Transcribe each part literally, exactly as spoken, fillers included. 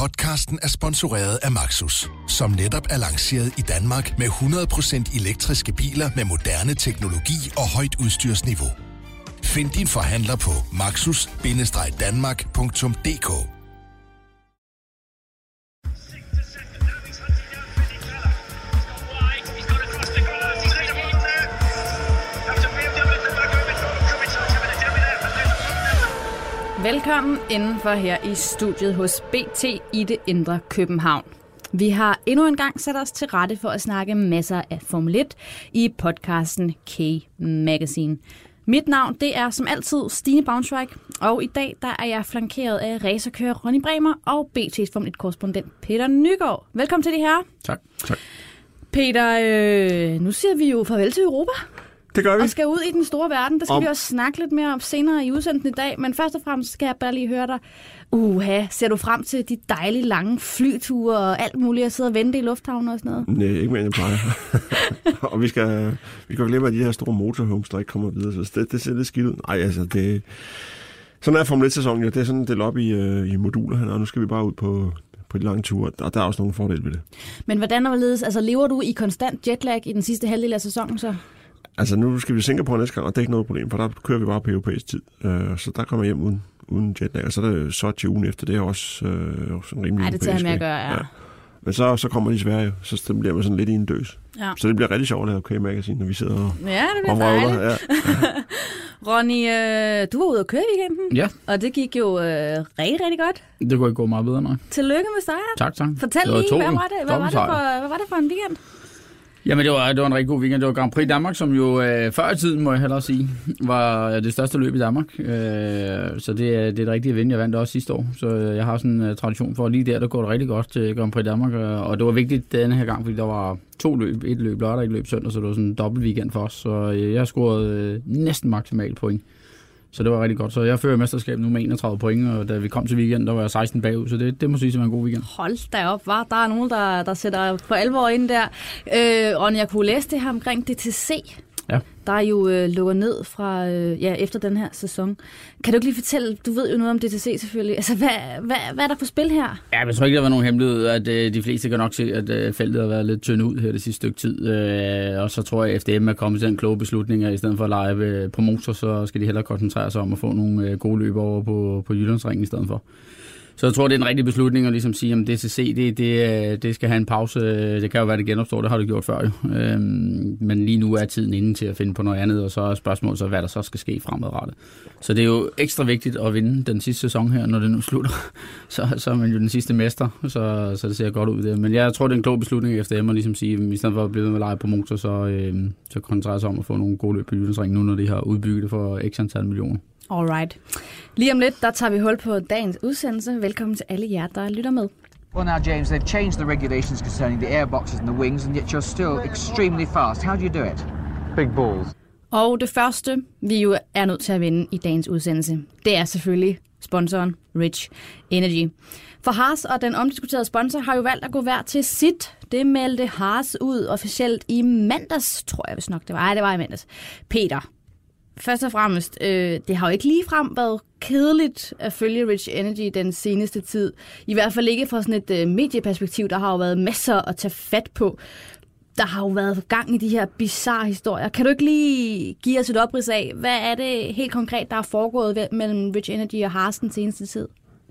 Podcasten er sponsoreret af Maxus, som netop er lanceret i Danmark med hundrede procent elektriske biler med moderne teknologi og højt udstyrsniveau. Find din forhandler på maxus bindestreg danmark punktum d k. Velkommen indenfor her i studiet hos B T i det indre København. Vi har endnu en gang sat os til rette for at snakke masser af Formel et i podcasten K-Magazine. Mit navn, det er som altid Stine Braunschweig, og i dag der er jeg flankeret af racerkører Ronny Bremer og B T's Formel et-korrespondent Peter Nygaard. Velkommen til de her. Tak. tak. Peter, øh, nu siger vi jo farvel til Europa. Det gør vi. Og skal ud i den store verden. Der skal om... vi også snakke lidt mere om senere i udsendelsen i dag. Men først og fremmest skal jeg bare lige høre dig. Uha, ser du frem til de dejlige lange flyture og alt muligt at sidde og vente i lufthavnen og sådan noget? Nej, ikke mere end jeg plejer. Og vi skal, vi skal glemme af de her store motorhomes, der ikke kommer videre. Så det, det ser lidt skidt ud. Nej, altså det... Sådan er Formel et-sæsonen jo. Det er sådan delt op i, uh, i moduler her, og nu skal vi bare ud på... på de lange ture, og der er også nogle fordele ved det. Men hvordan er det? Altså lever du i konstant jetlag i den sidste halvdel af sæsonen så? Altså nu skal vi Singapore næste gang, og det er ikke noget problem, for der kører vi bare på europæisk tid. Uh, så der kommer jeg hjem uden, uden jetlag, og så er det så til ugen efter, det er også uh, sådan rimelig. Nej, det tager jeg med at gøre, ja. ja. Men så, så kommer de i Sverige, så bliver man sådan lidt i en døs. Ja. Så det bliver rigtig sjovt at lave K-Magazine, når vi sidder og ja, det bliver dejligt. Ja. Ronny, øh, du var ude at køre i weekenden, ja. Og det gik jo øh, rigtig, rigtig godt. Det kunne ikke gå meget bedre, nej. Tillykke med sejren. Tak, tak. Fortæl lige, hvad var det, hvad var det, for, hvad var det for en weekend? Jamen, det var, det var en rigtig god weekend. Det var Grand Prix Danmark, som jo øh, før i tiden, må jeg hellere sige, var det største løb i Danmark. Øh, så det er, det er et rigtigt event. Jeg vandt også sidste år, så jeg har sådan en uh, tradition for, lige der, der går det rigtig godt til Grand Prix Danmark. Og det var vigtigt denne her gang, fordi der var to løb. Et løb lørdag, et løb søndag, så det var sådan en dobbelt weekend for os. Så øh, jeg har scoret øh, næsten maksimalt point. Så det var rigtig godt. Så jeg fører mesterskabet nu med enogtredive point, og da vi kom til weekenden, der var jeg seksten bagud, så det, det må sige, at det var en god weekend. Hold da op, var der er nogen, der, der sætter for alvor ind der. Øh, og jeg kunne læse det her omkring D T C, ja. Der er jo øh, lukker ned fra, øh, ja, efter den her sæson. Kan du ikke lige fortælle, du ved jo noget om D T C selvfølgelig, altså hvad, hvad, hvad er der på spil her? Ja, jeg tror ikke, der var nogen hemmelighed, at øh, de fleste kan nok se, at øh, feltet har været lidt tyndt ud her det sidste stykke tid. Øh, og så tror jeg, at F D M er kommet til en kloge beslutning, at i stedet for at lege øh, på motor, så skal de hellere koncentrere sig om at få nogle øh, gode løb over på, på Jyllandsringen i stedet for. Så jeg tror, det er en rigtig beslutning at ligesom sige, at D T C det, det, det skal have en pause. Det kan jo være, det genopstår. Det har det gjort før jo. Øhm, men lige nu er tiden inde til at finde på noget andet, og så er spørgsmålet så, hvad der så skal ske fremadrettet. Så det er jo ekstra vigtigt at vinde den sidste sæson her, når det nu slutter. Så, så er man jo den sidste mester, så, så det ser godt ud der. Men jeg tror, det er en klog beslutning efter dem at ligesom sige, at i stedet for at blive med at lege på motor, så, øhm, så koncentrerer sig om at få nogle gode løb på Jyllandsringen nu, når de har udbygget det for x antal millioner. Alright. Lige om lidt, der tager vi hul på dagens udsendelse. Velkommen til alle jer, der lytter med. Well now, James, they've changed the regulations concerning the airboxes and the wings, and yet you're still extremely fast. How do you do it? Big balls. Og det første, vi jo er nødt til at vinde i dagens udsendelse, det er selvfølgelig sponsoren Rich Energy. For Haas og den omdiskuterede sponsor har jo valgt at gå hver til sit. Det meldte Haas ud officielt i mandags, tror jeg vist nok det var. Ej, det var i mandags. Peter. Først og fremmest, øh, det har jo ikke ligefrem været kedeligt at følge Rich Energy den seneste tid. I hvert fald ikke fra sådan et øh, medieperspektiv. Der har jo været masser at tage fat på. Der har jo været gang i de her bizarre historier. Kan du ikke lige give os et oprids af, hvad er det helt konkret, der er foregået mellem Rich Energy og Haas den seneste tid?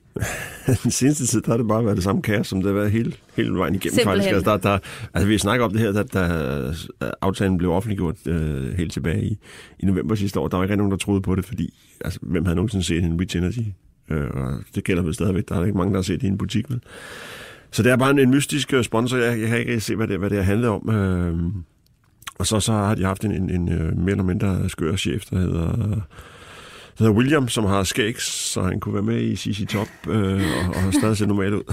Den seneste tid, der har det bare været det samme kaos, som det har været hele, hele vejen igennem. Simpelthen. Faktisk. Altså, der, der, altså, vi snakker om det her, da, da aftalen blev offentliggjort øh, helt tilbage i, i november sidste år. Der var ikke nogen, der troede på det, fordi altså, hvem havde nogensinde set en Rich Energy? Øh, og det gælder vel stadigvæk. Der er ikke mange, der har set det i en butik. Vel? Så det er bare en, en mystisk sponsor. Jeg, jeg kan ikke se, hvad det, hvad det har handlet om. Øh, og så, så har de haft en, en, en, en mere eller mindre skør chef, der hedder... Det hedder William, som har skægs, så han kunne være med i C C Top øh, og, og stadig se normalt ud.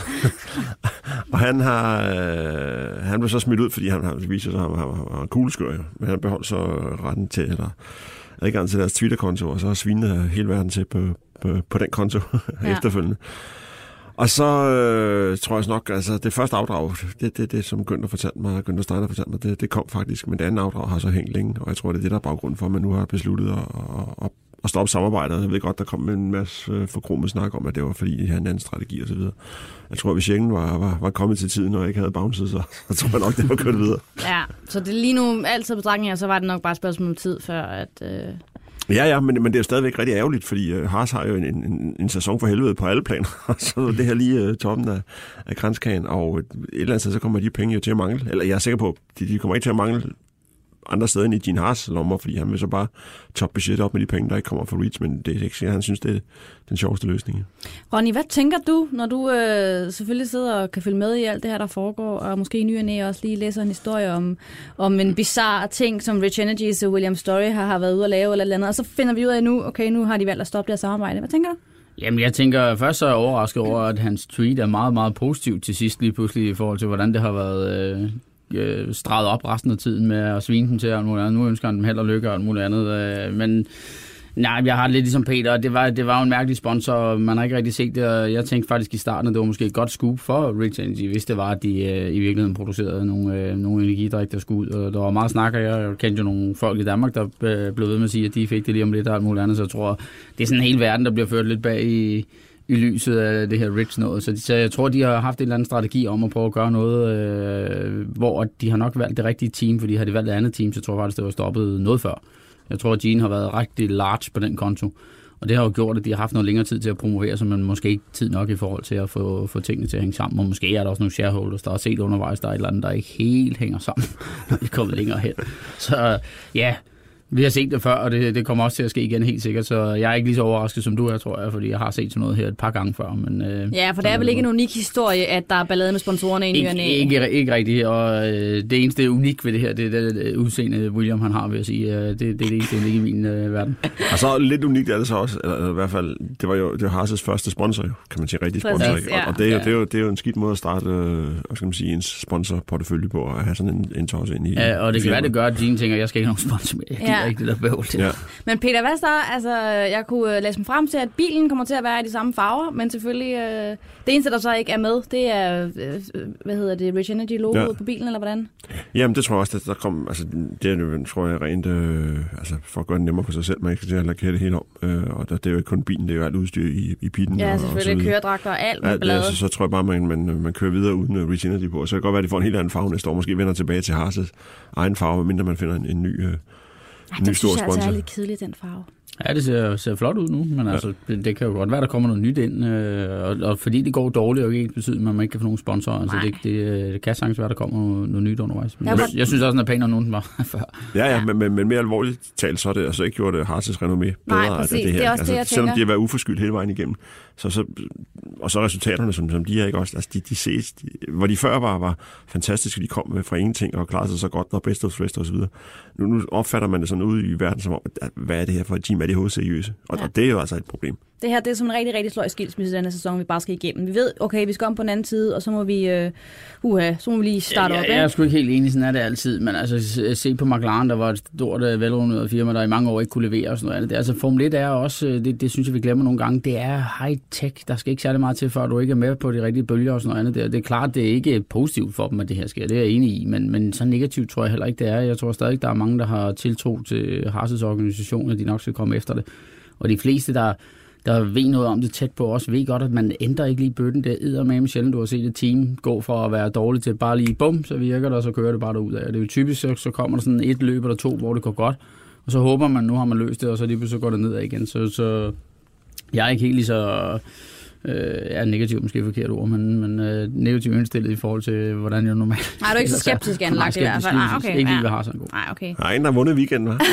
Og han har øh, han blev så smidt ud, fordi han, han viser sig, at han var en kugleskør, jo. Men han beholdt så retten til, eller adgang til deres Twitter-konto, og så har svinet hele verden til på, på, på den konto ja. efterfølgende. Og så øh, tror jeg nok, altså det første afdrag, det det, det som Günther fortalte mig, Günther Steiner fortalte mig, det, det kom faktisk, men det andet afdrag har så hængt længe, og jeg tror, det er det, der er baggrunden for, at man nu har besluttet at, at, at stoppe samarbejdet. Jeg ved godt, der kom en masse øh, forkromet snak om, at det var fordi, de havde en anden strategi og så videre. Jeg tror, hvis Schengen var, var, var kommet til tiden, og jeg ikke havde bouncet, så, så tror jeg nok, det var kørt videre. Ja, så det lige nu altid betragtning her, så var det nok bare et spørgsmål om tid, før at... Øh... Ja, ja, men, men det er jo stadigvæk rigtig ærgerligt, fordi uh, Haas har jo en, en, en sæson for helvede på alle planer. Så det her lige uh, toppen af, af kranskagen, og et eller andet sted, så kommer de penge jo til at mangle. Eller jeg er sikker på, de, de kommer ikke til at mangle andre steder end i Gene Haas lommer, fordi han vil så bare toppe budgettet op med de penge, der ikke kommer fra Reach, men det er ikke sikkert, han synes, det er den sjoveste løsning. Ronny, hvad tænker du, når du øh, selvfølgelig sidder og kan følge med i alt det her, der foregår, og måske i ny og næ også lige læser en historie om, om en bizarre ting, som Rich Energies og William Story har, har været ude at lave, eller, eller andet, og så finder vi ud af nu, okay, nu har de valgt at stoppe deres samarbejde. Hvad tænker du? Jamen, jeg tænker, først så er jeg overrasket over, at hans tweet er meget, meget positiv til sidst lige pludselig i forhold til, hvordan det har været... Øh streget op resten af tiden med at svine dem til og noget andet. Nu ønsker han dem held og lykke og noget andet. Men nej, jeg har det lidt ligesom Peter. Det var, det var jo en mærkelig sponsor. Man har ikke rigtig set det. Jeg tænkte faktisk i starten, at det var måske et godt scoop for Rich Energy, hvis det var, at de i virkeligheden producerede nogle, nogle energidrik, der skulle ud. Og der var meget snak, og jeg kendte jo nogle folk i Danmark, der blev ved med at sige, at de fik det lige om lidt og alt muligt andet. Så jeg tror, det er sådan en hel verden, der bliver ført lidt bag i i lyset af det her Rich noget. Så, de, så jeg tror, de har haft en eller anden strategi om at prøve at gøre noget, øh, hvor de har nok valgt det rigtige team, fordi har de valgt et andet team, så tror jeg faktisk, det var stoppet noget før. Jeg tror, at Gene har været rigtig large på den konto, og det har jo gjort, at de har haft noget længere tid til at promovere, så man måske ikke tid nok i forhold til at få, få tingene til at hænge sammen, og måske er der også nogle shareholders, der har set undervejs, der er et eller andet, der ikke helt hænger sammen, når de er kommet længere hen. Så ja, vi har set det før, og det, det kommer også til at ske igen helt sikkert, så jeg er ikke lige så overrasket som du er, tror jeg, fordi jeg har set sådan noget her et par gange før. Men, øh, ja, for det er vel ikke en unik historie, at der er ballade med sponsorerne i ny og næ? Ikke, ikke, ikke rigtigt, og øh, det eneste er unik ved det her, det er det udseende, William han har, vil jeg sige. Det, det er det eneste unik i min øh, verden. Og så lidt unikt er det så også, eller i hvert fald, det var jo det var Haas' første sponsor, jo, kan man sige, rigtig sponsor. Præcis, ja. og, og det, er jo, det, er jo, det er jo en skidt måde at starte, øh, skal man sige, en sponsorportefølje på, at have sådan en, en tosse ind i. Ja, og det kan være, det gør, at Gene tænker, jeg skal ikke have nogen sponsor med. Jeg gider ja. ikke det der bøvl. Ja. Men Peter, hvad så? Altså, jeg kunne læse mig frem til, at bilen kommer til at være i de samme farver, men selvfølgelig, øh, det eneste, der så ikke er med, det er, øh, hvad hedder det, Rich Energy-logoet ja. på bilen, eller hvordan? Jamen, det tror jeg også, at der kom, altså, det er jo, tror jeg, rent, øh, altså, for at gøre det nemmere for sig selv, man ikke skal til at lakere det helt om, øh, og der, det er jo ikke kun bilen, det er jo alt udstyr i, i pitten. Ja, og, selvfølgelig, og køredragter og alt med ja, blade. Så, så tror jeg bare, man, man, man kører videre uden Rich Energy på, og så kan det godt være, at de får en helt anden farve næste år, måske vender tilbage til Haas' egen farve, medmindre man finder en, en ny øh, Ej, det synes jeg altså er lidt kedeligt, den farve. Ja, det ser, ser flot ud nu, men ja. altså, det, det kan jo godt være, der kommer noget nyt ind, øh, og, og fordi det går dårligt, og ikke betyder, at man ikke kan få nogen sponsorer, altså det, det, det kan sagtens være, der kommer noget, noget nyt undervejs. Men jeg, jeg, jeg synes også, at den er pænere nu, den var før. Ja, ja, ja. Men, men, men mere alvorligt talt, så er det altså ikke gjort Haas' renommé bedre. Nej, præcis, af det her. Det er også altså, det, jeg selvom tænker. de har været uforskyldt hele vejen igennem, så, så, og så resultaterne, som, som de er ikke også, altså de, de ses, de, hvor de før var, var fantastiske, de kom fra ingenting og klarede sig så godt, når bedst hos vest og så videre. Nu, nu opfatter man det sådan ude i verden som om, at, hvad er det her for et team, er det hos seriøse? Og, ja. og det er jo altså et problem. Det her det er som en rigtig, rigtig sløj skilsmisse denne sæson, vi bare skal igennem. Vi ved, okay, vi skal om på den anden side, og så må vi, uh, uha, så må vi lige starte ja, op. Jeg, jeg er sgu ikke helt enig, sådan er det altid, men altså se på McLaren, der var et stort velrundet firma, der i mange år ikke kunne levere og sådan noget andet. Altså Formel et er også, det, det synes jeg, vi glemmer nogle gange, det er high-tech. Der skal ikke særlig meget til, før du ikke er med på de rigtige bølger og sådan noget andet. Det, det er klart, det er ikke positivt for dem, at det her sker. Det er jeg enig i, men, men så negativt tror jeg heller ikke, det er. Jeg tror stadig, der er mange, der har tiltro til Haas' organisation, at de nok skal komme efter det. Og de fleste, der der ved noget om det tæt på os, ved godt, at man ændrer ikke lige bøtten. Det er eddermame sjældent, du har set et team gå fra at være dårligt til bare lige bum, så virker det, og så kører det bare derudad. Det er jo typisk, så, så kommer der sådan et løb eller to, hvor det går godt, og så håber man, nu har man løst det, og så lige så går det nedad igen. Så, så jeg er ikke helt lige så øh, er negativ måske forkert ord, men, men øh, negativt indstillet i forhold til, hvordan jeg normalt... Nej, du er ikke så skeptisk anlagt i hvert fald. Nej, okay. Ikke lige, hvad har sådan god. Nej, okay. Nej, en der har vundet weekenden, hva'?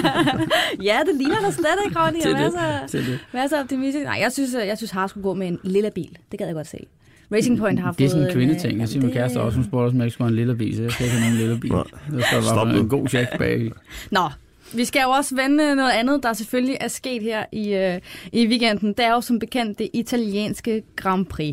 Ja, det ligner der slet ikke, Ronny. Jeg er masser, masser optimistisk. Nej, jeg synes, jeg synes, Haas skulle gå med en lille bil. Det gad jeg godt se. Racing Point har fået... Det er sådan en kvindeting. Jeg siger, min kæreste også, hun spurgte også, om jeg ikke skulle have en lille bil, så jeg skal ikke have nogen lille bil. Der skal være en god check bag. Nå, vi skal jo også vende noget andet, der selvfølgelig er sket her i, øh, i weekenden. Det er jo som bekendt det italienske Grand Prix.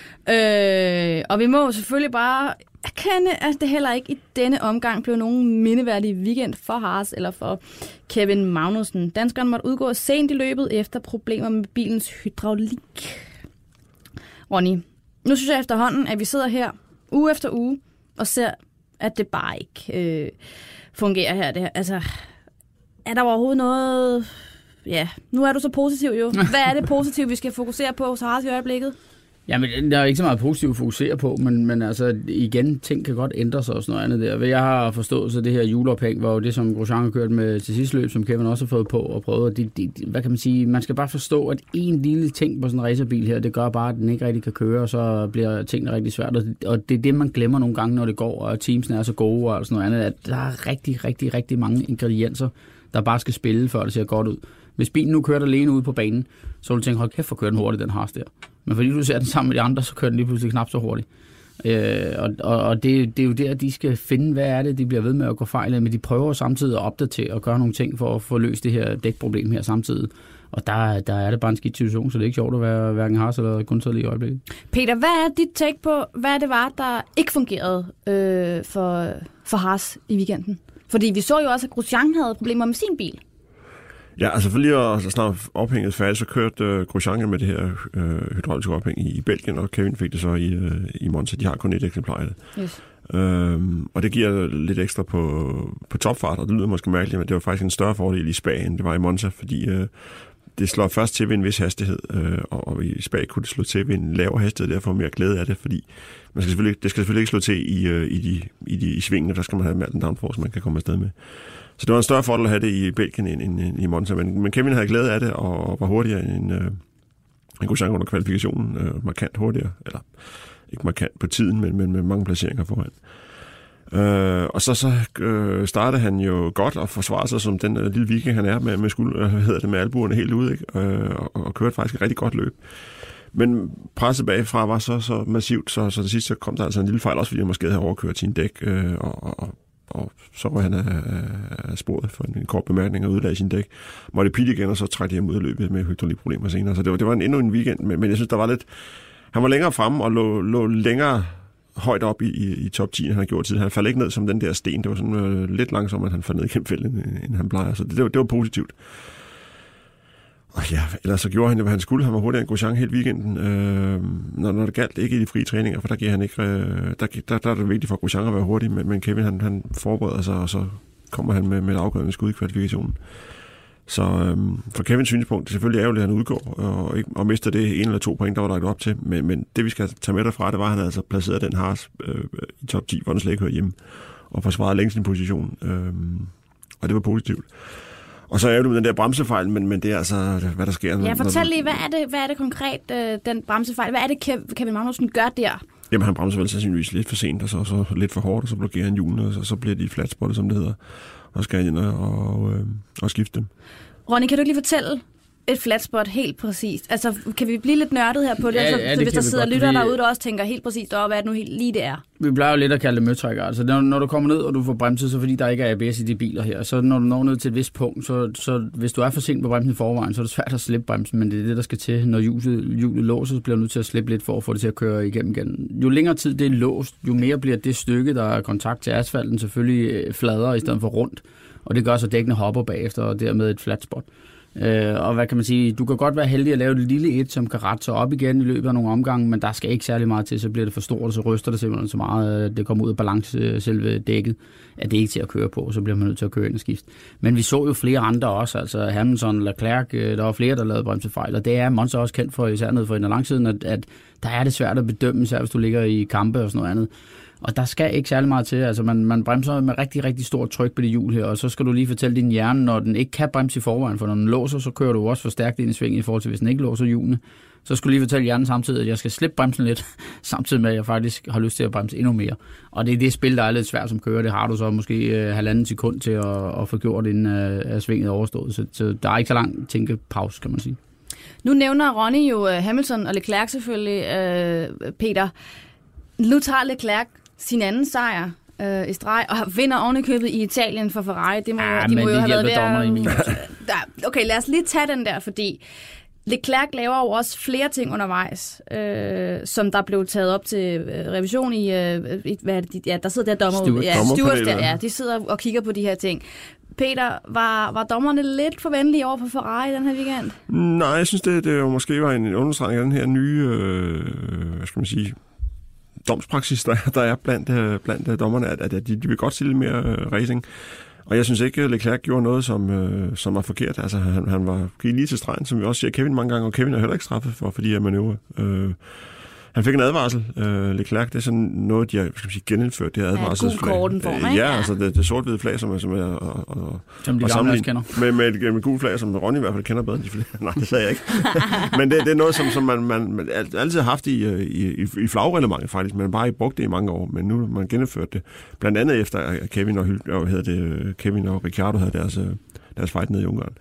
Øh, og vi må selvfølgelig bare erkende, at det heller ikke i denne omgang blev nogen mindeværdig weekend for Haas eller for Kevin Magnussen. Danskeren måtte udgå sent i løbet efter problemer med bilens hydraulik. Ronny, nu synes jeg efterhånden, at vi sidder her uge efter uge og ser, at det bare ikke øh, fungerer her. Det her. Altså, er der overhovedet noget ja, nu er du så positiv jo. Hvad er det positive, vi skal fokusere på så har vi i øjeblikket? Jamen, der er ikke så meget positivt at fokusere på, men, men altså, igen, ting kan godt ændre sig og sådan noget andet der. Hvad jeg har forstået, så det her juleophæng var jo det, som Grosjean har kørt med til sidste løb, som Kevin også har fået på og prøvet. Det, det, hvad kan man sige? Man skal bare forstå, at en lille ting på sådan en racerbil her, det gør bare, at den ikke rigtig kan køre, og så bliver tingene rigtig svært. Og det er det, man glemmer nogle gange, når det går, og teamsene er så gode og sådan noget andet, at der er rigtig, rigtig, rigtig mange ingredienser, der bare skal spille, før det ser godt ud. Hvis bilen nu kører alene ude på banen, så vil du tænke, hold kæft, for kører den hurtigt, den Haas der. Men fordi du ser den sammen med de andre, så kører den lige pludselig knap så hurtigt. Øh, og og, og det, det er jo der, de skal finde, hvad er det, de bliver ved med at gå fejl af, men de prøver samtidig at opdatere og gøre nogle ting for at få løst det her dækproblem her samtidig. Og der, der er det bare en skidt situation, så det er ikke sjovt at være hverken Haas eller Gunther lige i øjeblikket. Peter, hvad er dit take på, hvad det var, der ikke fungerede øh, for, for Haas i weekenden? Fordi vi så jo også, at Grosjean havde problemer med sin bil. Ja, altså for lige at snart ophænget færdigt, så kørte øh, Grosjean med det her øh, hydrauliske ophæng i, i Belgien, og Kevin fik det så i, øh, i Monza. De har kun et eksemplar af det. Yes. Øhm, og det giver lidt ekstra på, på topfart, og det lyder måske mærkeligt, men det var faktisk en større fordel i Spa, end det var i Monza, fordi øh, det slår først til ved en vis hastighed, øh, og, og i Spa kunne det slå til ved en lavere hastighed, derfor mere glæde af det, fordi man skal selvfølgelig, det skal selvfølgelig ikke slå til i, øh, i, de, i, de, i svingene, der skal man have mere den downforce, man kan komme afsted med. Så det var en større fordel at have det i Belgien end, end, end i Monza, men, men Kevin havde glæde af det, og var hurtigere end øh, en god chance under kvalifikationen, øh, markant hurtigere, eller ikke markant på tiden, men, men med mange placeringer foran. Øh, og så, så øh, startede han jo godt og forsvarede sig som den øh, lille viking, han er, med, med, skuld, øh, hedder det, med albuerne helt ude, ikke? Øh, og, og kørte faktisk et rigtig godt løb. Men presset bagfra var så, så massivt, så, så til sidst så kom der altså en lille fejl, også fordi han måske havde overkørt sin dæk, øh, og, og og så var han af, af sporet for en, en kort bemærkning og udlagde sin dæk. Måtte pit igen, og så trække hjem ud af løbet med hydraulikproblemer senere. Så det var, det var en, endnu en weekend, men, men jeg synes, der var lidt... Han var længere fremme og lå, lå længere højt op i, i, i top ti, end han havde gjort tid. Han faldt ikke ned som den der sten. Det var sådan øh, lidt langsommere, at han faldt ned igennem fælden, end han plejer. Så det, det, var, det var positivt. Og ja, ellers så gjorde han det, hvad han skulle. Han var hurtigere end Grosjean hele weekenden, øh, når, når det galt ikke i de frie træninger, for der giver han ikke, øh, der, der, der er det vigtigt for Grosjean at være hurtig, men, men Kevin han, han forbereder sig, og så kommer han med, med et afgørende skud i kvalifikationen. Så øh, for Kevins synspunkt, det er selvfølgelig ærgerligt, at han udgår, og, ikke, og mister det en eller to point, der var lagt op til, men, men det vi skal tage med derfra, det var, at han altså placeret den Haas øh, i top ti, hvor den slet ikke hører hjemme, og forsvarede længst sin position, øh, og det var positivt. Og så er det med den der bremsefejl, men, men det er altså, hvad der sker. Ja, fortæl lige, hvad er det, hvad er det konkret, øh, den bremsefejl? Hvad er det, Kevin Magnussen gør der? Jamen, han bremser vel sandsynligvis lidt for sent, og så, så lidt for hårdt, og så blokerer han hjulene, og så, så bliver de flatspottet, som det hedder, og skal ind og, og, øh, og skifte dem. Ronny, kan du ikke lige fortælle et flatspot helt præcist? Altså, kan vi blive lidt nørdet her på det? Ja, altså, ja, det hvis der sidder godt, lytter vi... derude, der også tænker helt præcist over, hvad det nu helt lige det er. Vi plejer jo lidt at kalde det møtrækker. Altså, når, når du kommer ned, og du får bremset, så fordi der ikke er A B S i de biler her, så når du når ned til et vist punkt, så, så hvis du er for sent på bremsen i forvejen, så er det svært at slippe bremsen, men det er det, der skal til. Når hjulet, hjulet låser, så bliver du nødt til at slippe lidt for at få det til at køre igennem igen. Jo længere tid det er låst, jo mere bliver det stykke, der er kontakt til asfalten, selvfølgelig fladere i stedet for rundt. Og det gør så dækkene hopper bagefter, og dermed et flat spot. Øh, og hvad kan man sige, du kan godt være heldig at lave et lille et, som kan rette sig op igen i løbet af nogle omgange, men der skal ikke særlig meget til, så bliver det for stort, og så ryster det simpelthen så meget, det kommer ud af balance selve dækket, at det ikke er til at køre på, så bliver man nødt til at køre ind og skifte. Men vi så jo flere andre også, altså Hamilton, Leclerc, der var flere, der lavede bremsefejl, og det er Monza også kendt for, især nede for en langsiden, at, at der er det svært at bedømme, især hvis du ligger i kampe og sådan noget andet. Og der skal ikke særlig meget til. Altså man, man bremser med rigtig, rigtig stort tryk på det hjul her, og så skal du lige fortælle din hjerne, når den ikke kan bremse i forvejen, for når den låser, så kører du også for stærkt ind i svingen i forhold til, hvis den ikke låser hjulene. Så skal du lige fortælle hjernen samtidig, at jeg skal slippe bremsen lidt, samtidig med, at jeg faktisk har lyst til at bremse endnu mere. Og det er det spil, der er lidt svært som kører. Det har du så måske øh, halvanden sekund til at, at få gjort, inden øh, svinget er overstået. Så, så der er ikke så lang tænkepause, kan man sige. Nu nævner Ronny jo uh, Hamilton og Leclerc selvfølgelig, uh, Peter. Nu tager Leclerc sin anden sejr øh, i streg, og vinder ovenikøbet i Italien for Ferrari. Det må, ja, de må jo det have været ved at... i min Okay, lad os lige tage den der, fordi Leclerc laver jo også flere ting undervejs, øh, som der blev taget op til øh, revision i, øh, i hvad er det, ja, der sidder der dommer Stewart. ja, Stewart, der, ja, de sidder og kigger på de her ting. Peter, var, var dommerne lidt forventelige over for Ferrari den her weekend? Nej, jeg synes, det, det jo måske var en understregning af den her nye, øh, hvad skal man sige, domspraksis, der, der er blandt, blandt dommerne, at, at de, de vil godt se lidt mere uh, racing. Og jeg synes ikke, at Leclerc gjorde noget, som, øh, som var forkert. Altså, han, han var gik lige til stregen, som vi også siger Kevin mange gange, og Kevin er heller ikke straffet for, for de her manøvrer. Øh, Han fik en advarsel. Øh, Leclerc, det er sådan noget, de har skal sige, genindført, det her advarselsflag. Ja, gul korten for mig, øh, ja, ja, altså det, det sort-hvide flag, som er, som er og, og, som de gamle også kender. Med, med, et, med gul flag, som Ronny i hvert fald kender bedre end de flere. Nej, det sagde jeg ikke. Men det, det er noget, som, som man, man, man altid har haft i, i, i flagreglementet faktisk, men bare ikke brugt det i mange år, men nu har man genindført det. Blandt andet efter, at Kevin og, og, hvad hedder det, Kevin og Ricciardo havde deres, deres fight nede i Ungarn.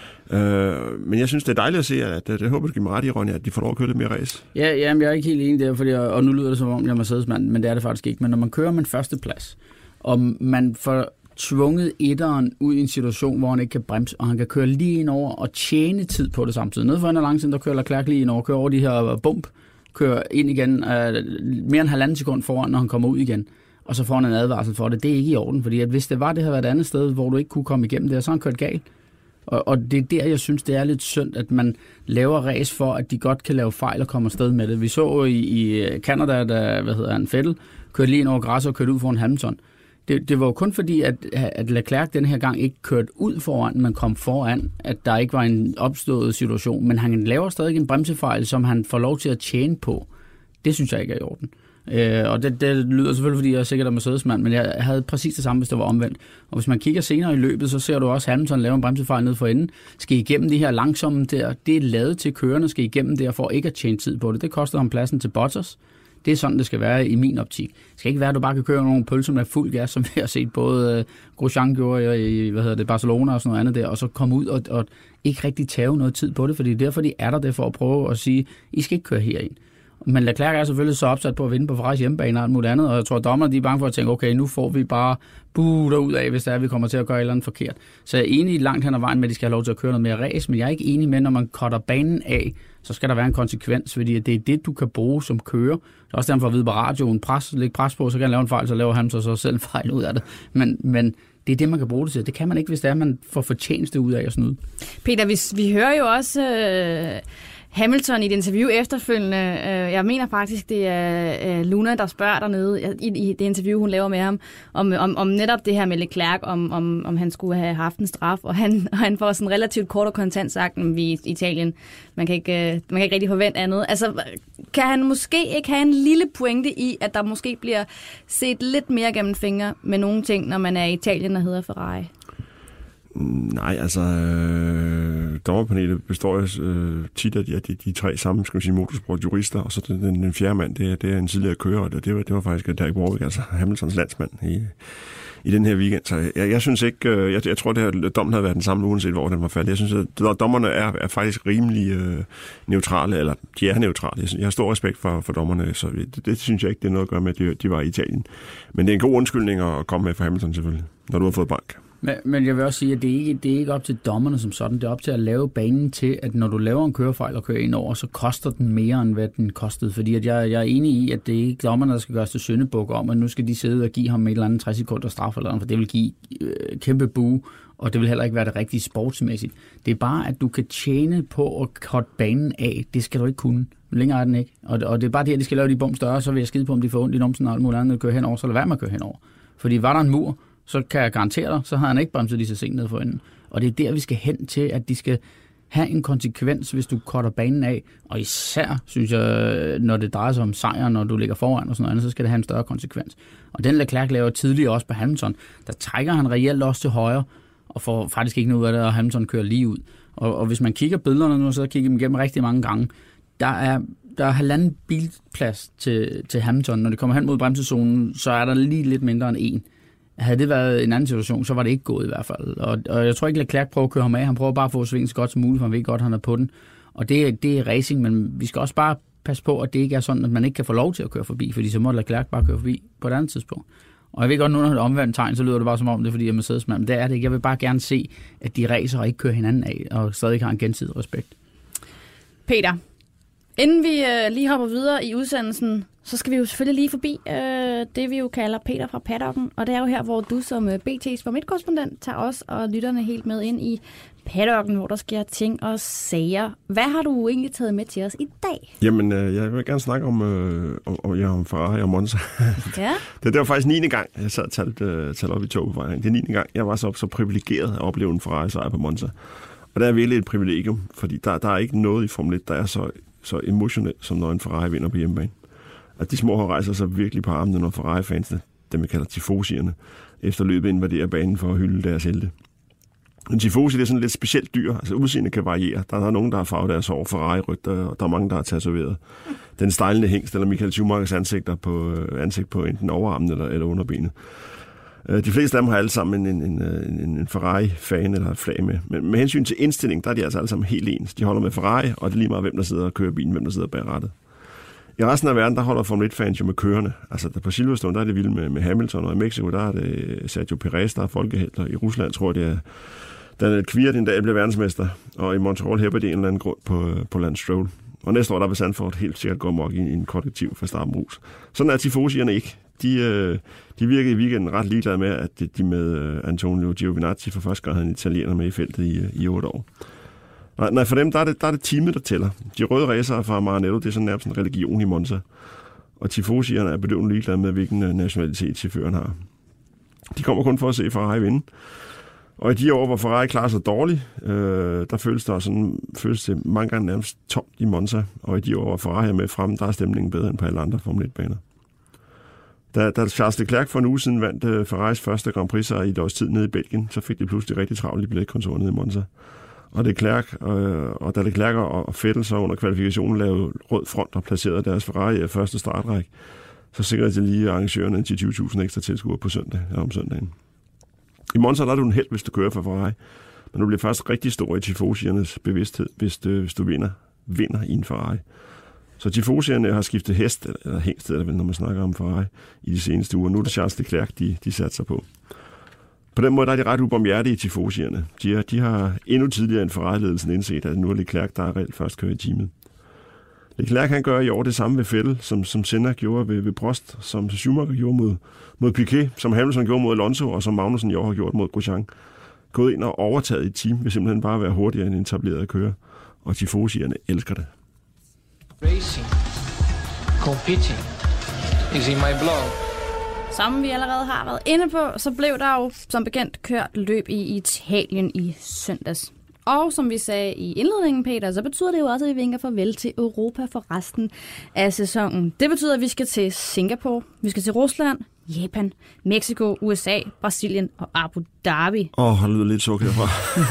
Øh, men jeg synes, det er dejligt at se, at det, det håber, du giver mig ret i, Ronny, at de får lov at køre lidt mere race. Ja, jamen, jeg er ikke helt enig der, fordi, og nu lyder det som om, jeg er Mercedes-mand, men det er det faktisk ikke. Men når man kører med en førsteplads, og man får tvunget etteren ud i en situation, hvor han ikke kan bremse, og han kan køre lige ind over og tjene tid på det samtidig. Nede for en lang tid, der kører Leclerc lige ind over, kører over de her bump, kører ind igen, øh, mere end halvanden sekund foran, når han kommer ud igen. Og så får han en advarsel for det. Det er ikke i orden, fordi at hvis det var, det havde været et andet sted, hvor du ikke kunne komme igennem det, så har han kørt galt. Og, og det er der, jeg synes, det er lidt synd, at man laver race for, at de godt kan lave fejl og komme afsted med det. Vi så i, i Canada, da, hvad hedder han, Vettel, kørte lige ind over græs og kørte ud foran Hamilton. Det, det var jo kun fordi, at, at Leclerc den her gang ikke kørte ud foran, men kom foran, at der ikke var en opstået situation. Men han laver stadig en bremsefejl, som han får lov til at tjene på. Det synes jeg ikke er i orden. Øh, og det, det lyder selvfølgelig, fordi jeg er sikkert er Mercedes-mand, men jeg havde præcis det samme, hvis det var omvendt. Og hvis man kigger senere i løbet, så ser du også Hamilton lave en bremsefejl ned for enden. Skal igennem de her langsomme der, det er lavet til kørerne, skal igennem der for ikke at tjene tid på det. Det koster ham pladsen til Bottas. Det er sådan, det skal være i min optik. Det skal ikke være, at du bare kan køre nogle pølser med fuld gas, som vi har set både Grosjean gjorde i hvad hedder det, Barcelona og sådan noget andet der, og så komme ud og, og ikke rigtig tage noget tid på det, fordi derfor de er der det for at prøve at sige, I skal ikke køre herind. Men Leclerc er selvfølgelig så opsat på at vinde på Ferraris hjemmebane og alt muligt andet, og jeg tror, at dommerne de er bange for at tænke, okay, nu får vi bare buder ud af, hvis det er, vi kommer til at gøre et eller andet forkert. Så jeg er enig langt hen ad vejen med, at de skal have lov til at køre noget mere race, men jeg er ikke enig med, når man cutter banen af, så skal der være en konsekvens, fordi det er det, du kan bruge som kører. Det er også derfor at vide på radioen, pres, lægge pres på, så kan han lave en fejl, så laver han så, så selv en fejl ud af det. Men, men det er det, man kan bruge det til. Det kan man ikke, hvis det er, man får fortjeneste ud af at snyde. Peter, vi, vi hører jo også Øh... Hamilton i et interview efterfølgende, øh, jeg mener faktisk, det er øh, Luna, der spørger dernede i, i det interview, hun laver med ham, om, om, om netop det her med Leclerc, om, om, om han skulle have haft en straf, og han, og han får sådan relativt kort og kontant sagt, at vi i Italien, man kan, ikke, man kan ikke rigtig forvente andet. Altså, kan han måske ikke have en lille pointe i, at der måske bliver set lidt mere gennem fingre med nogle ting, når man er i Italien og hedder Ferrari? Nej, altså øh, dommerpanelet består jo øh, tit af de, de, de tre samme, skal man sige, motorsportjurister, og så den, den, den fjerde mand, det, det er en tidligere kører, og det var, det var faktisk Derek Warwick, altså Hamiltons landsmand i, i den her weekend. Så jeg, jeg synes ikke, øh, jeg, jeg tror, det her dommen havde været den samme, uanset hvor den var faldet. Jeg synes, at dommerne er, er faktisk rimelig øh, neutrale, eller de er neutrale. Jeg, jeg har stor respekt for, for dommerne, så det, det synes jeg ikke, det er noget at gøre med, at de, de var i Italien. Men det er en god undskyldning at komme med for Hamilton selvfølgelig, når du har fået bank. Men, men jeg vil også sige, at det er, ikke, det er ikke op til dommerne som sådan. Det er op til at lave banen til, at når du laver en kørefejl og kører ind over, så koster den mere, end hvad den kostede. Fordi at jeg, jeg er enig i, at det er ikke dommerne, der skal gøres til syndebuk om, at nu skal de sidde og give ham et eller andet tres sekunder straf, eller andet, for det vil give øh, kæmpe bue, og det vil heller ikke være det rigtige sportsmæssigt. Det er bare, at du kan tjene på at korte banen af. Det skal du ikke kunne. Længere er den ikke. Og, og det er bare det, at de skal lave de bum større, så vil jeg skide på, om de får ondt i numsen og alt muligt andet, at køre henover, så lad være med at køre henover. Fordi var der en mur, så kan jeg garantere dig, så har han ikke bremset lige så sent ned for enden. Og det er der, vi skal hen til, at de skal have en konsekvens, hvis du cutter banen af. Og især, synes jeg, når det drejer sig om sejr, når du ligger foran og sådan noget andet, så skal det have en større konsekvens. Og den Leclerc laver tidligere også på Hamilton, der trækker han reelt også til højre, og får faktisk ikke noget ud af det, og Hamilton kører lige ud. Og, og hvis man kigger billederne nu, så kigger dem igennem rigtig mange gange, der er der er halvanden bilplads til, til Hamilton. Når det kommer hen mod bremsezonen, så er der lige lidt mindre end en. Havde det været en anden situation, så var det ikke gået i hvert fald. Og, og jeg tror ikke, at Leclerc prøver at køre ham af. Han prøver bare at få svingen så godt som muligt, for han ved godt, at han er på den. Og det, det er racing, men vi skal også bare passe på, at det ikke er sådan, at man ikke kan få lov til at køre forbi, fordi så må Leclerc bare køre forbi på et andet tidspunkt. Og jeg ved godt, nu når det er omvendt tegn, så lyder det bare som om det er, fordi jeg er Mercedes-mand. Men det er det ikke. Jeg vil bare gerne se, at de racer og ikke kører hinanden af, og stadig har en gensidig respekt. Peter, inden vi øh, lige hopper videre i udsendelsen, så skal vi jo selvfølgelig lige forbi øh, det, vi jo kalder Peter fra paddocken. Og det er jo her, hvor du som øh, B T's Formel-korrespondent tager os og lytterne helt med ind i paddocken, hvor der sker ting og sager. Hvad har du egentlig taget med til os i dag? Jamen, øh, jeg vil gerne snakke om, øh, om, om, ja, om Ferrari og Monza. Ja. det, det var faktisk niende gang, jeg sad og talte, øh, talte op i toget på vejen. Det er niende gang, jeg var så, så privilegeret at opleve en Ferrari-sejr på Monza. Og det er virkelig et privilegium, fordi der, der er ikke noget i Formel et, der er så, så emotionelt, som når en Ferrari vinder på hjemmebane. At de små hold rejser sig virkelig på armene, når Ferrari-fansene, dem vi kalder tifosierne, efter løbet invaderer banen for at hylde deres helte. En tifosi, det er sådan et lidt specielt dyr. Altså udseendet kan variere. Der er nogen, der har farvet deres hår Ferrari-rygter, og der er mange, der har tatoveret den stejlende hængst, eller Michael Schumachers ansigter på, ansigt på enten overarmen eller, eller underbenet. De fleste af dem har alle sammen en, en, en, en Ferrari-fan eller et flag med. Men med hensyn til indstilling, der er de altså alle sammen helt ens. De holder med Ferrari, og det er lige meget, hvem der sidder og kører bilen, hvem der sidder bag rattet. I resten af verden, der holder Formel et-fans jo med kørende. Altså der på Silverstone, der er det vildt med, med Hamilton, og i Mexico, der er det Sergio Perez, der er folkehelt, og i Rusland tror jeg, det er Daniel Kvyat en dag blev verdensmester, og i Montreal hæpper det en eller anden grund på, på Lance Stroll. Og næste år, der vil Sandford helt sikkert gå amok i, i en kollektiv for starten rus. Sådan er tifosierne ikke. De, de virker i weekenden ret ligeglade med, at de med Antonio Giovinazzi for første gang havde en italiener med i feltet i, i otte år. Nej, for dem, der er, det, der er det teamet, der tæller. De røde racere fra Maranello, det er sådan nærmest en religion i Monza. Og tifosierne er bedøvende ligeglade med, hvilken nationalitet chaufføren har. De kommer kun for at se Ferrari vinde. Og i de år, hvor Ferrari klarer sig dårligt, øh, der føles der sådan, føles det mange gange nærmest tomt i Monza. Og i de år, hvor Ferrari er med frem, der er stemningen bedre end på alle andre Formel et-baner. Da, da Charles Leclerc for en uge siden vandt uh, Ferraris første Grand Prix i et års tid nede i Belgien, så fik de pludselig rigtig travlt i billetkontoret nede i Monza. Og Leclerc, øh, og da Leclerc og Vettel så under kvalifikationen lavede rød front og placerede deres Ferrari i første startrække, så sikrede de lige arrangørerne til tyve tusind ekstra tilskuere på søndag, eller om søndagen. I Monza der er du en held, hvis du kører for Ferrari, men du bliver først rigtig stor i tifosiernes bevidsthed, hvis du, hvis du vinder, vinder i en Ferrari. Så tifosierne har skiftet hest, eller hængst, eller vel, når man snakker om Ferrari, i de seneste uger. Nu er det Charles Leclerc, de, de satser på. På den måde der er de ret ubarmhjertige i tifosierne. De, er, de har endnu tidligere end Ferrari-ledelsen indset, at nu er Leclerc, der er reelt først kører i teamet. Leclerc han gør i år det samme ved Vettel, som, som Senna gjorde ved, ved Prost, som Schumacher gjorde mod, mod Piquet, som Hamilton gjorde mod Alonso, og som Magnussen i år har gjort mod Grosjean. Gået ind og overtaget et team vil simpelthen bare være hurtigere end en etableret kører, og tifosierne elsker det. Racing, competing is in my blood. Som vi allerede har været inde på, så blev der jo som bekendt kørt løb i Italien i søndags. Og som vi sagde i indledningen, Peter, så betyder det jo også, at vi vinker farvel til Europa for resten af sæsonen. Det betyder, at vi skal til Singapore, vi skal til Rusland, Japan, Mexico, U S A, Brasilien og Abu Dhabi. Åh, oh, har lyder lidt sukker herfra.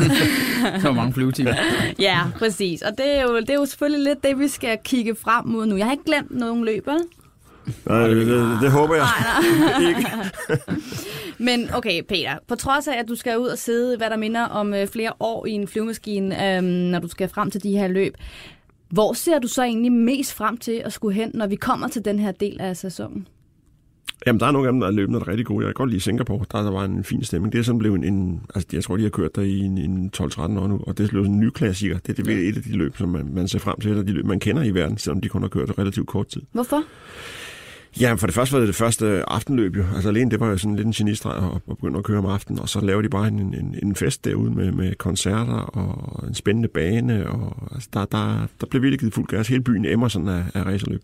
Så mange flyvetimer. Ja, præcis. Og det er, jo, det er jo selvfølgelig lidt det, vi skal kigge frem mod nu. Jeg har ikke glemt nogen løb, vel? Nej, det, det, det håber jeg nej, nej. ikke. Men okay, Peter, på trods af, at du skal ud og sidde, hvad der minder om øh, flere år i en flyvemaskine, øh, når du skal frem til de her løb, hvor ser du så egentlig mest frem til at skulle hen, når vi kommer til den her del af sæsonen? Jamen, der er nogle af dem, der er løbende, der er rigtig gode. Jeg kan godt lide Singapore. Der, der var en fin stemning. Det er sådan blevet en, en altså, jeg tror, de har kørt der i en, en tolv tretten år nu, og det er blevet en ny klassiker. Det er det, ja. Et af de løb, som man, man ser frem til, og de løb, man kender i verden, selvom de kun har kørt relativt kort tid. Hvorfor? Ja, for det første var det det første aftenløb jo. Altså alene det var jo sådan lidt en genistreg at, at begynde at køre om aftenen, og så laver de bare en, en, en fest derude med, med koncerter og en spændende bane, og altså, der, der, der blev virkelig givet fuld gas. Hele byen emmer sådan af, af racerløb.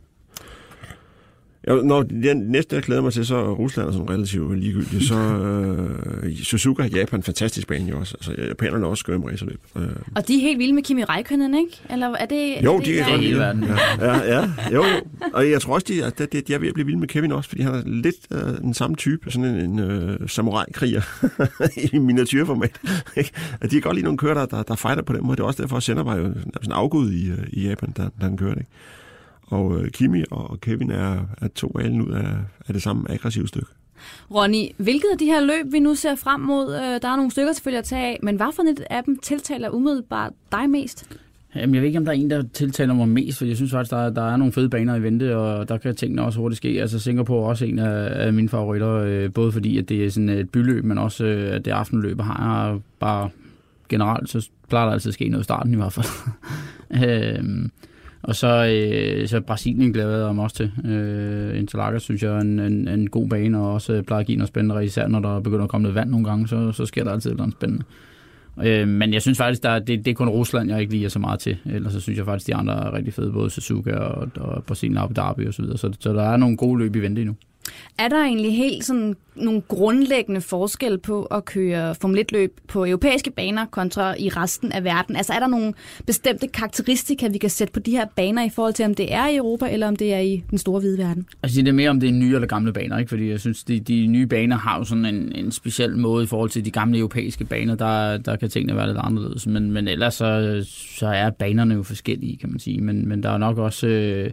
Ja, når det næste, jeg glæder mig til, så er Rusland er sådan relativt ligegyldigt. Så øh, Suzuka, Japan, fantastisk bane jo også. Altså, japanerne også skører med racerløb. Øh. Og de er helt vilde med Kimi Räikkönen, ikke? Eller er det... Jo, er det de er godt hele verden. Ja, ja, ja, jo, jo. Og jeg tror også, de, at de, de er ved at blive vilde med Kevin også, fordi han er lidt øh, den samme type, sådan en, en uh, samurai-kriger i miniatyrformat. At de kan godt lide nogle kører, der, der, der fighter på den måde. Det er også derfor, at Senna var jo sådan afgået i, i Japan, da, da han kørte, ikke? Og øh, Kimi og Kevin er, er to alen ud af, af det samme aggressive stykke. Ronny, hvilket af de her løb, vi nu ser frem mod, øh, der er nogle stykker selvfølgelig at tage af, men hvad for et af dem tiltaler umiddelbart dig mest? Jamen, jeg ved ikke, om der er en, der tiltaler mig mest, for jeg synes faktisk, der er, der er nogle fede baner i vente, og der kan tingene også hurtigt ske. Altså, Singapore er også en af, af mine favoritter, øh, både fordi, at det er sådan et byløb, men også, øh, at det aftenløb har jeg bare generelt, så plejer der altid at ske noget i starten i hvert fald. øh, Og så, øh, så Brasilien glæder jeg mig også til. Øh, Interlagos synes jeg er en, en, en god bane, og også plejer at give noget spændende, især når der begynder at komme noget vand nogle gange, så, så sker der altid noget spændende. Øh, men jeg synes faktisk, der, det, det er kun Rusland, jeg ikke liger så meget til. Ellers så synes jeg faktisk, de andre er rigtig fede, både Suzuka og, og Brasilien, Abu Dhabi og så videre. Så, så der er nogle gode løb i vente endnu. Er der egentlig helt sådan nogle grundlæggende forskel på at køre Formel et-løb på europæiske baner kontra i resten af verden? Altså er der nogle bestemte karakteristika, vi kan sætte på de her baner i forhold til, om det er i Europa, eller om det er i den store hvide verden? Altså det er mere, om det er nye eller gamle baner, ikke? Fordi jeg synes, de, de nye baner har jo sådan en, en speciel måde i forhold til de gamle europæiske baner. Der, der kan tingene være lidt anderledes, men, men ellers så, så er banerne jo forskellige, kan man sige. Men, men der er nok også... Øh,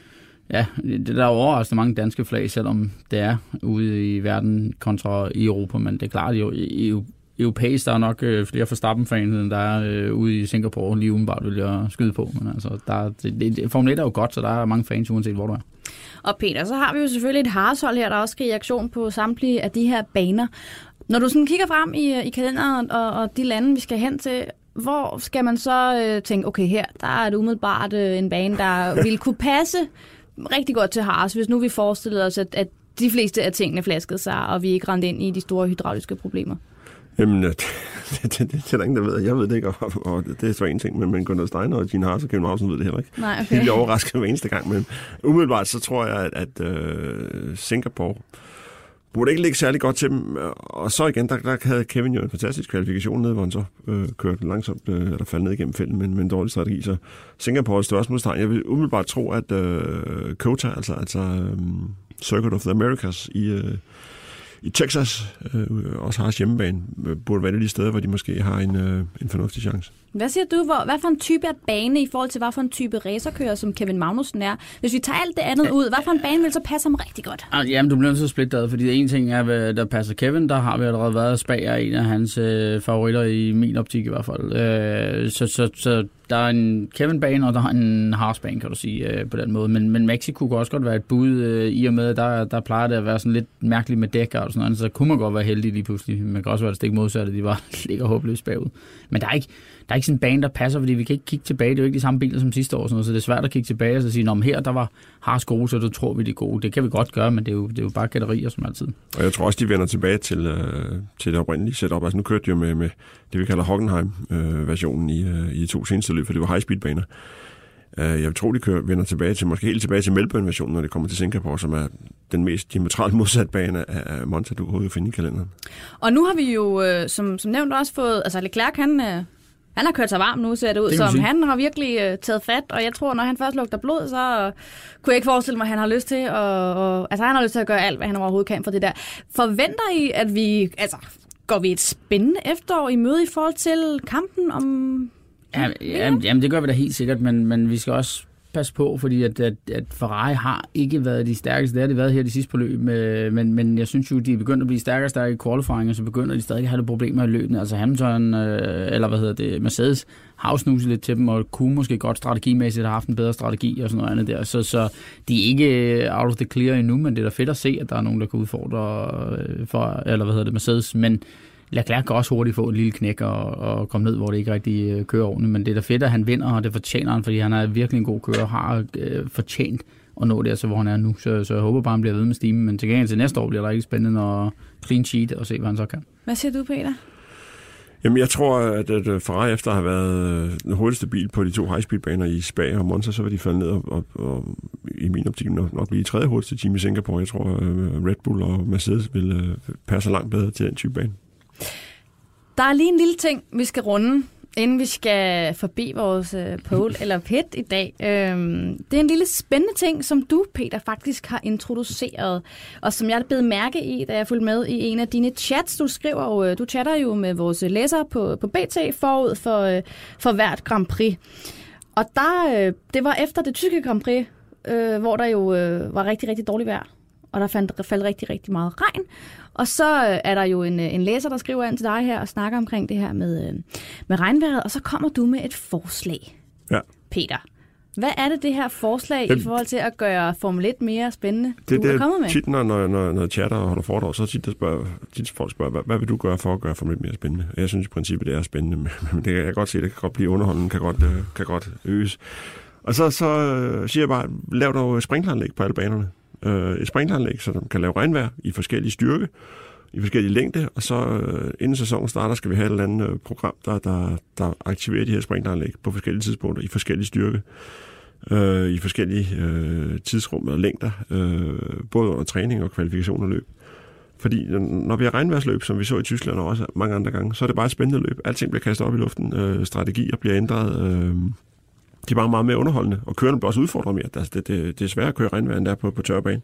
Ja, det der er overraskende mange danske flag, selvom det er ude i verden kontra i Europa, men det er klart, jo i europæisk, der er nok flere Verstappen-fans, end der er ude i Singapore, lige udenbart vil jeg skyde på, men altså, der, det, det, Formel et er jo godt, så der er mange fans, uanset hvor du er. Og Peter, så har vi jo selvfølgelig et Haas-hold her, der også skal i aktion på samtlige af de her baner. Når du sådan kigger frem i, i kalenderen og, og de lande, vi skal hen til, hvor skal man så øh, tænke, okay, her der er det umiddelbart øh, en bane, der vil kunne passe rigtig godt til Haas, hvis nu vi forestiller os, at, at de fleste af tingene flaskede sig, og vi ikke rendte ind i de store hydrauliske problemer? Jamen, det, det, det, det er der ingen, der ved. Jeg ved det ikke, og, og det er så en ting, men, men Gunnar Steiner og Gene Haas og Kevin Magnussen ved det heller ikke. Nej, okay. De bliver overrasket hver eneste gang, men umiddelbart så tror jeg, at, at uh, Singapore burde ikke ligge særlig godt til dem. Og så igen, der, der havde Kevin jo en fantastisk kvalifikation nede, hvor han så øh, kørte langsomt, øh, eller faldt ned igennem felten, men med en dårlig strategi. Så Singapore er et spørgsmålstegn. Jeg vil umiddelbart tro, at øh, COTA, altså, altså øh, Circuit of the Americas i, øh, i Texas, øh, også har hjemmebane, øh, burde være de steder, hvor de måske har en, øh, en fornuftig chance. Hvad siger du? Hvor, hvad for en type af bane i forhold til, hvad for en type racerkører, som Kevin Magnussen er? Hvis vi tager alt det andet ud, hvad for en bane vil så passe ham rigtig godt? Jamen, du bliver nødt til at splitte det, fordi en ting er, der passer Kevin, der har vi allerede været. Spag er en af hans øh, favoritter i min optik i hvert fald. Øh, så, så, så der er en Kevin-bane, og der er en Haas-bane, kan du sige, øh, på den måde. Men, men Mexico kunne også godt være et bud, øh, i og med, der, der plejer det at være sådan lidt mærkeligt med dæk og sådan noget. Så kunne man godt være heldig lige pludselig. Man kan også være det stik modsatte, de var ligger håbløst bagud. Men der er ikke Der er ikke sådan en bane, der passer, fordi vi kan ikke kigge tilbage. Det er jo ikke de samme biler som sidste år, så det er svært at kigge tilbage og så sige, om her der var Haas gode, så du tror vi de er gode. Det kan vi godt gøre, men det er jo, det er jo bare gætterier som altid. Og jeg tror også, de vender tilbage til, øh, til det oprindelige setup. Altså nu kørte de jo med, med det, vi kalder Hockenheim-versionen i, øh, i de to seneste løb, for det var high-speed-baner. Uh, jeg tror, de kører, vender tilbage til, måske helt tilbage til Melbourne-versionen, når det kommer til Singapore, som er den mest diametralt modsatte bane af Monza, du overhovedet kan finde i kalenderen. Og nu har vi jo, øh, som, som nævnt, også fået, altså Leclerc, han... Øh Han har kørt sig varm nu, ser det ud det som. Sige. Han har virkelig øh, taget fat, og jeg tror, når han først lugter blod, så øh, kunne jeg ikke forestille mig, at han har lyst til at, og, altså, han har lyst til at gøre alt, hvad han overhovedet kan for det der. Forventer I, at vi, altså, går vi et spændende efterår i møde i forhold til kampen om... Ja, jamen, jamen, det gør vi da helt sikkert, men, men vi skal også passe på, fordi at, at, at Ferrari har ikke været de stærkeste. Det har de været her de sidste på løb, men, men jeg synes jo, de er begyndt at blive stærkere og stærkere i qualifying, og så begynder de stadig at have det problemer i løbene. Altså Hamilton, øh, eller hvad hedder det, Mercedes, har jo snuset lidt til dem, og kunne måske godt strategimæssigt have haft en bedre strategi og sådan noget andet der. Så, så de er ikke out of the clear endnu, men det er da fedt at se, at der er nogen, der kan udfordre for, eller hvad hedder det, Mercedes, men Leclerc kan også hurtigt få et lille knæk og, og komme ned, hvor det ikke rigtig kører ordentligt, men det er da fedt, at han vinder, og det fortjener han, fordi han er virkelig en god kører og har øh, fortjent at nå der, så hvor han er nu. Så, så jeg håber bare, han bliver ved med stimen, men til gengæld til næste år bliver der ikke spændende og clean sheet og se, hvad han så kan. Hvad siger du, Peter? Jamen, jeg tror, at, at Ferrari efter at have været den hurtigste bil på de to high-speed-baner i Spa og Monza, så vil de falde ned og, og, og i min optik nok, nok blive tredje hurtigste team i Singapore. Jeg tror, at Red Bull og Mercedes vil passe langt bedre til den type bane. Der er lige en lille ting, vi skal runde, inden vi skal forbi vores øh, pole eller pit i dag. Øhm, det er en lille spændende ting, som du, Peter, faktisk har introduceret, og som jeg blev mærke i, da jeg fulgte med i en af dine chats. Du skriver jo, du chatter jo med vores læsere på, på B T forud for, øh, for hvert Grand Prix. Og der, øh, det var efter det tyske Grand Prix, øh, hvor der jo øh, var rigtig, rigtig dårligt vejr. Og der fandt, faldt rigtig, rigtig meget regn. Og så er der jo en, en læser, der skriver ind til dig her og snakker omkring det her med, med regnvejret. Og så kommer du med et forslag, ja. Peter. Hvad er det, det her forslag det, i forhold til at gøre Formel et mere spændende, det, du det, er kommet med? Tit, når, når, når jeg chatter og holder foredrag, så tit, spørger, tit folk spørger, hvad, hvad vil du gøre for at gøre Formel et mere spændende? Jeg synes i princippet, det er spændende, men det kan jeg godt se, det kan godt blive underholdende, kan godt, kan godt øges. Og så, så øh, siger jeg bare, lav dog sprinkleranlæg på alle banerne. Øh, et sprinkleranlæg, så de kan lave regnvejr i forskellige styrke, i forskellige længde, og så øh, inden sæsonen starter, skal vi have et eller andet øh, program, der, der, der aktiverer de her sprinkleranlæg på forskellige tidspunkter, i forskellige styrke, øh, i forskellige øh, tidsrum og længder, øh, både under træning og kvalifikation og løb. Fordi når vi har regnvejrsløb, som vi så i Tyskland og også mange andre gange, så er det bare et spændende løb. Alting bliver kastet op i luften, øh, strategier bliver ændret, øh, de er bare meget mere underholdende, og kørerne bliver også udfordret mere. Altså, det, det, det er svært at køre regnvejr, end der på, på tørbane.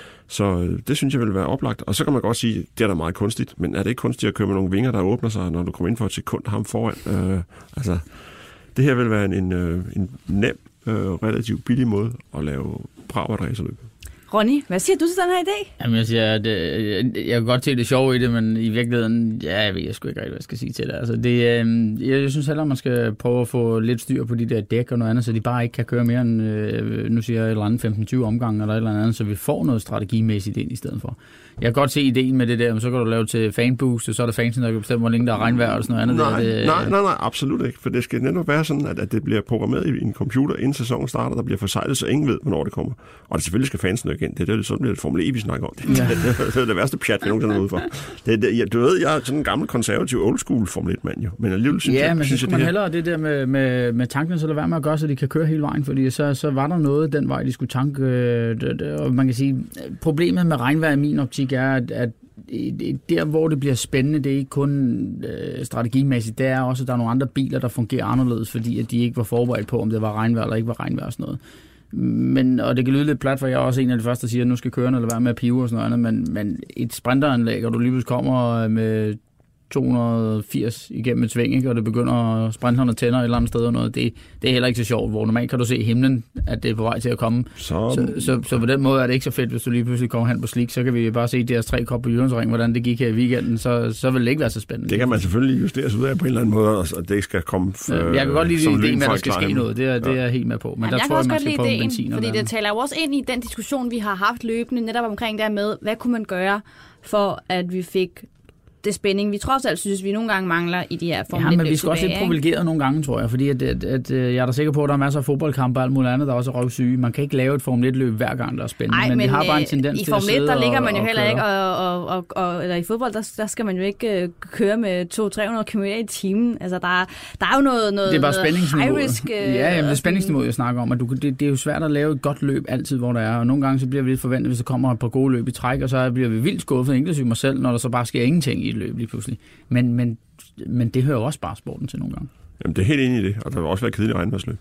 Så det synes jeg vil være oplagt. Og så kan man godt sige, at det er da meget kunstigt, men er det ikke kunstigt at køre med nogle vinger, der åbner sig, når du kommer ind for et sekund ham foran? Øh, altså, det her vil være en, en, en nem, øh, relativt billig måde at lave brav racerløb. Ronny, hvad siger du til den her idé? Jamen, jeg siger, at øh, jeg kan godt se det sjove i det, men i virkeligheden, ja, jeg ved jeg sgu ikke rigtig, hvad jeg skal sige til det. Altså, det øh, jeg, jeg synes heller, man skal prøve at få lidt styr på de der dæk og noget andet, så de bare ikke kan køre mere end, øh, nu siger jeg, et eller andet femten tyve omgange eller et eller andet, så vi får noget strategimæssigt ind i stedet for. Jeg kan godt se ideen med det der, men så kan du lave til fanboost, og så er der fansen, der kan bestemme, hvor længe der er regnvejr og sådan noget andet. Nej, der, det, nej, nej, nej, absolut ikke. For det skal netop være sådan, at, at det bliver programmeret i en computer, inden sæsonen starter, der bliver forsejlet, så ingen ved, hvornår det kommer. Og det selvfølgelig skal fansen ikke ind. Det er det, sådan bliver det Formel E, vi snakker om. Det, ja. det, det, det er det værste pjat, vi nogensinde er ude for. Det, det, jeg, du ved, jeg er sådan en gammel konservativ old school Formel et-mand jo. Men alligevel synes ja, jeg, men synes så jeg, man det her... hellere det der med, med, med tankene, så lad være med at gøre, så de kan køre hele vejen, fordi så, så var der noget den vej, de skulle tanke. Det, det, og man kan sige, problemet med regnvejr i min optik er, at, at der, hvor det bliver spændende, det er ikke kun øh, strategimæssigt, det er også, at der er nogle andre biler, der fungerer anderledes, fordi at de ikke var forberedt på, om det var regnvejr eller ikke var regnvejr og sådan noget. Men, og det kan lyde lidt plat, for jeg er også en af de første, der siger, at nu skal kørerne eller være med at pive og sådan noget andet, men, men et sprinteranlæg, og du lige pludselig kommer med to hundrede og firs igennem et sving, ikke? Og det begynder at sprinterne tænder et eller andet sted og noget. Det, det er heller ikke så sjovt, hvor normalt kan du se himlen, at det er på vej til at komme. Så, så, så, så på den måde er det ikke så fedt, hvis du lige pludselig kommer hen på slik, så kan vi bare se deres tre kop på Jyllandsring, hvordan det gik her i weekenden, så, så vil det ikke være så spændende. Det kan man selvfølgelig justere ud af på en eller anden måde, og det ikke skal komme øh, jeg kan godt lide det idé med, at der skal ske noget. Det er, det er jeg helt med på. Men, men der jeg tror kan jeg, også man godt skal lide ideen, fordi det taler jo også ind i den diskussion, vi har haft løbende, netop omkring der med, hvad kunne man gøre for, at vi fik det spænding, vi trods alt synes, vi nogle gange mangler i de her Formel ja, men vi skal også lidt privilegeret nogle gange, tror jeg, fordi at, at, at, jeg er da sikker på, at der er masser af fodboldkampe og alt muligt andet, der også er røvsyge. Man kan ikke lave et Formel et-løb hver gang, der er spændende, Ej, men, men vi har bare en tendens i til at sidde Formel et, der ligger man jo og, heller og ikke, og, og, og, eller i fodbold, der, der skal man jo ikke uh, køre med to til tre hundrede kilometer i timen. Altså, der, der er jo noget, noget, det er bare noget high risk. Uh, ja, jamen, det er spændingsniveauet, jeg snakker om, at du, det, det er jo svært at lave et godt løb altid, hvor der er, og nogle gange så bliver vi lidt forventet, hvis der kommer et par gode løb i træk, og så bliver vi vildt skuffet, inklusive mig selv, når der så bare sker ingenting i et løb lige pludselig. Men Men, men det hører jo også bare sporten til nogle gange. Jamen, det er helt enig i det, og der vil også være kedeligt regnvejrsløb.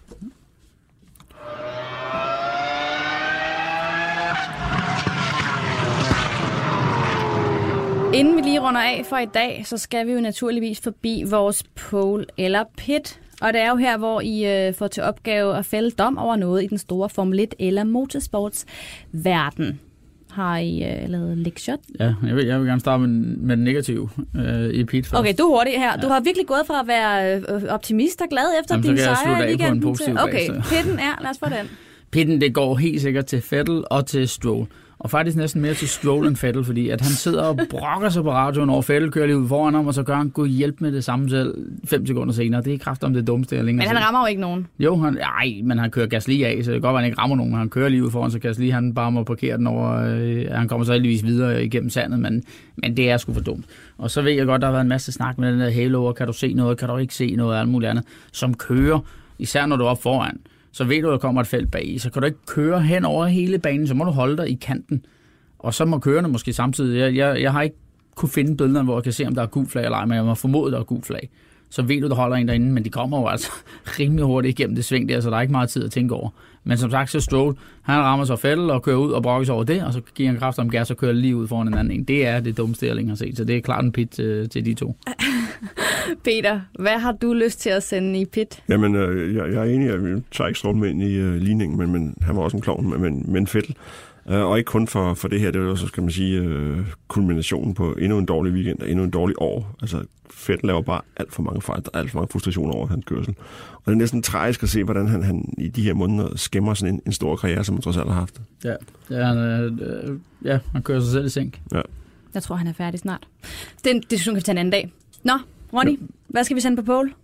Inden vi lige runder af for i dag, så skal vi jo naturligvis forbi vores pole eller pit. Og det er jo her, hvor I øh, får til opgave at fælde dom over noget i den store Formel et eller motorsports verden. Har I øh, lavet lektier? Ja, jeg vil, jeg vil gerne starte med, med den negative øh, i pit først. Okay, du er hurtig her. Du har virkelig gået fra at være øh, optimist og glad efter Jamen, din sejr i weekenden. Okay, bag, pitten er, lad os få den. Pitten, det går helt sikkert til Vettel og til Stroll. Og faktisk næsten mere til Stroll end Vettel, fordi at han sidder og brokker sig på radioen over, Vettel kører lige ud foran ham, og så gør han god hjælp med det samme selv fem sekunder senere. Det er kraft om det dummeste, jeg længere. Men han rammer jo ikke nogen. Jo, han, ej, men han kører Gasly af, så det kan godt være, han ikke rammer nogen, men han kører lige ud foran, så Gasly han bare må parkere den over. Øh, han kommer så heldigvis videre igennem sandet, men, men det er sgu for dumt. Og så ved jeg godt, der har været en masse snak med den der halo, og kan du se noget, kan du ikke se noget, alt muligt andet, som kører, især når du er op foran. Så ved du, at der kommer et felt bag, så kan du ikke køre hen over hele banen, så må du holde dig i kanten. Og så må kørerne måske samtidig. Jeg, jeg, jeg har ikke kunne finde billederne, hvor jeg kan se, om der er gul flag eller ej, men jeg må formode, at der er gul flag. Så ved du, der holder en derinde, men de kommer jo altså rimelig hurtigt igennem det sving der, så der er ikke meget tid at tænke over. Men som sagt, så Stroll, han rammer sig Vettel og kører ud og brokker sig over det, og så giver han kraft om gas og kører lige ud foran en anden en. Det er det dummeste, jeg har set, så det er klart en pit til, til de to. Peter, hvad har du lyst til at sende i pit? Jamen, øh, jeg, jeg er enig, at vi tager ikke Stroll med ind i øh, ligningen, men, men han var også en klovn, men, men Vettel. Uh, og ikke kun for, for det her, det er jo så, skal man sige, uh, kulminationen på endnu en dårlig weekend og endnu en dårlig år. Altså, Vettel laver bare alt for mange fejl, alt for mange frustrationer over hans kørsel. Og det er næsten tragisk at se, hvordan han, han i de her måneder skæmmer sådan en, en stor karriere, som han trods alt har haft. Ja, ja, han, øh, ja, han kører sig selv i sænk. Ja. Jeg tror, han er færdig snart. Den diskussion kan vi tage en anden dag. Nå, Ronny, ja. Hvad skal vi sende på pole?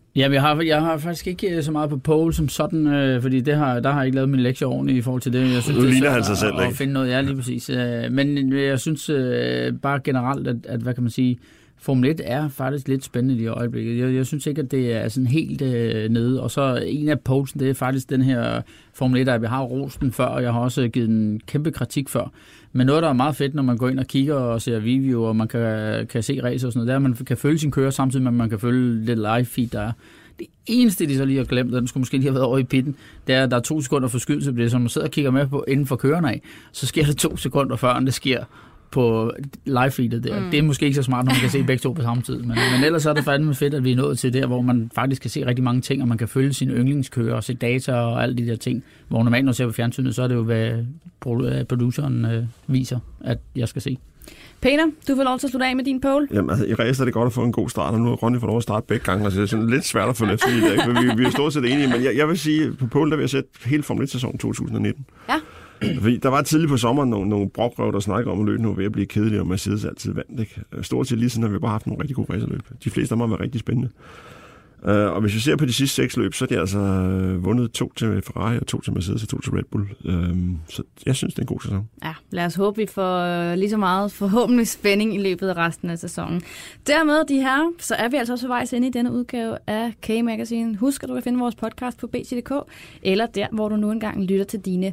Ja, jeg har, jeg har faktisk ikke så meget på pole som sådan, øh, fordi det har, der har jeg ikke lavet min lektie ordentligt i forhold til det. Jeg synes, nu det ligner er han sig selv, at, ikke? at finde noget, ja, lige præcis. Øh, men jeg synes øh, bare generelt, at, at, hvad kan man sige, Formel et er faktisk lidt spændende i øjeblikket. Jeg, jeg synes ikke, at det er sådan helt øh, nede. Og så en af polesen, det er faktisk den her Formel et, der jeg har rost den før, og jeg har også givet en kæmpe kritik før. Men noget, der er meget fedt, når man går ind og kigger og ser video, og man kan, kan se racer og sådan noget, det er, at man kan følge sin kører, samtidig med, at man kan følge det live feed, der er. Det eneste, de så lige har glemt, og den skulle måske lige have været over i pitten, det er, at der er to sekunder forskydelse på det, som man sidder og kigger med på inden for kørerne af. Så sker det to sekunder før, end det sker på live-feedet der. Mm. Det er måske ikke så smart, når man kan se begge to på samme tid. Men, men ellers er det fandme fedt, at vi er nået til der, hvor man faktisk kan se rigtig mange ting, og man kan følge sine yndlingskører og se data og alle de der ting. Hvor normalt, når jeg ser på fjernsynet, så er det jo, hvad produceren øh, viser, at jeg skal se. Peter, du får lov til at slutte af med din pole. Jamen, altså, i race er det godt at få en god start, og nu har Ronny fået lov at starte begge gange, altså det er sådan lidt svært at få løftet i dag, for vi, vi er stort set enige, men jeg, jeg vil sige, på pole, der vil jeg sætte hele Formel et-sæsonen to tusind nitten. Ja. Fordi der var tidligt på sommeren nogle, nogle brokrøv, der snakker om, at løbet nu er ved at blive kedelige, og Mercedes altid vandt. Ikke? Stort set lige siden har vi bare haft nogle rigtig gode racerløb. De fleste af dem har været rigtig spændende. Uh, og hvis vi ser på de sidste seks løb, så er de altså uh, vundet to til Ferrari, og to til Mercedes, og to til Red Bull. Uh, så jeg synes, det er en god sæson. Ja, lad os håbe, vi får uh, lige så meget forhåbentlig spænding i løbet af resten af sæsonen. Dermed, de her, så er vi altså også på vejs inde i denne udgave af K-Magazine. Husk, at du kan finde vores podcast på b t punktum d k, eller der, hvor du nu engang lytter til dine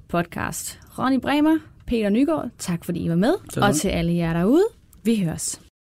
podcast. Ronny Bremer, Peter Nygaard, tak fordi I var med. Tak. Og til alle jer derude, vi høres.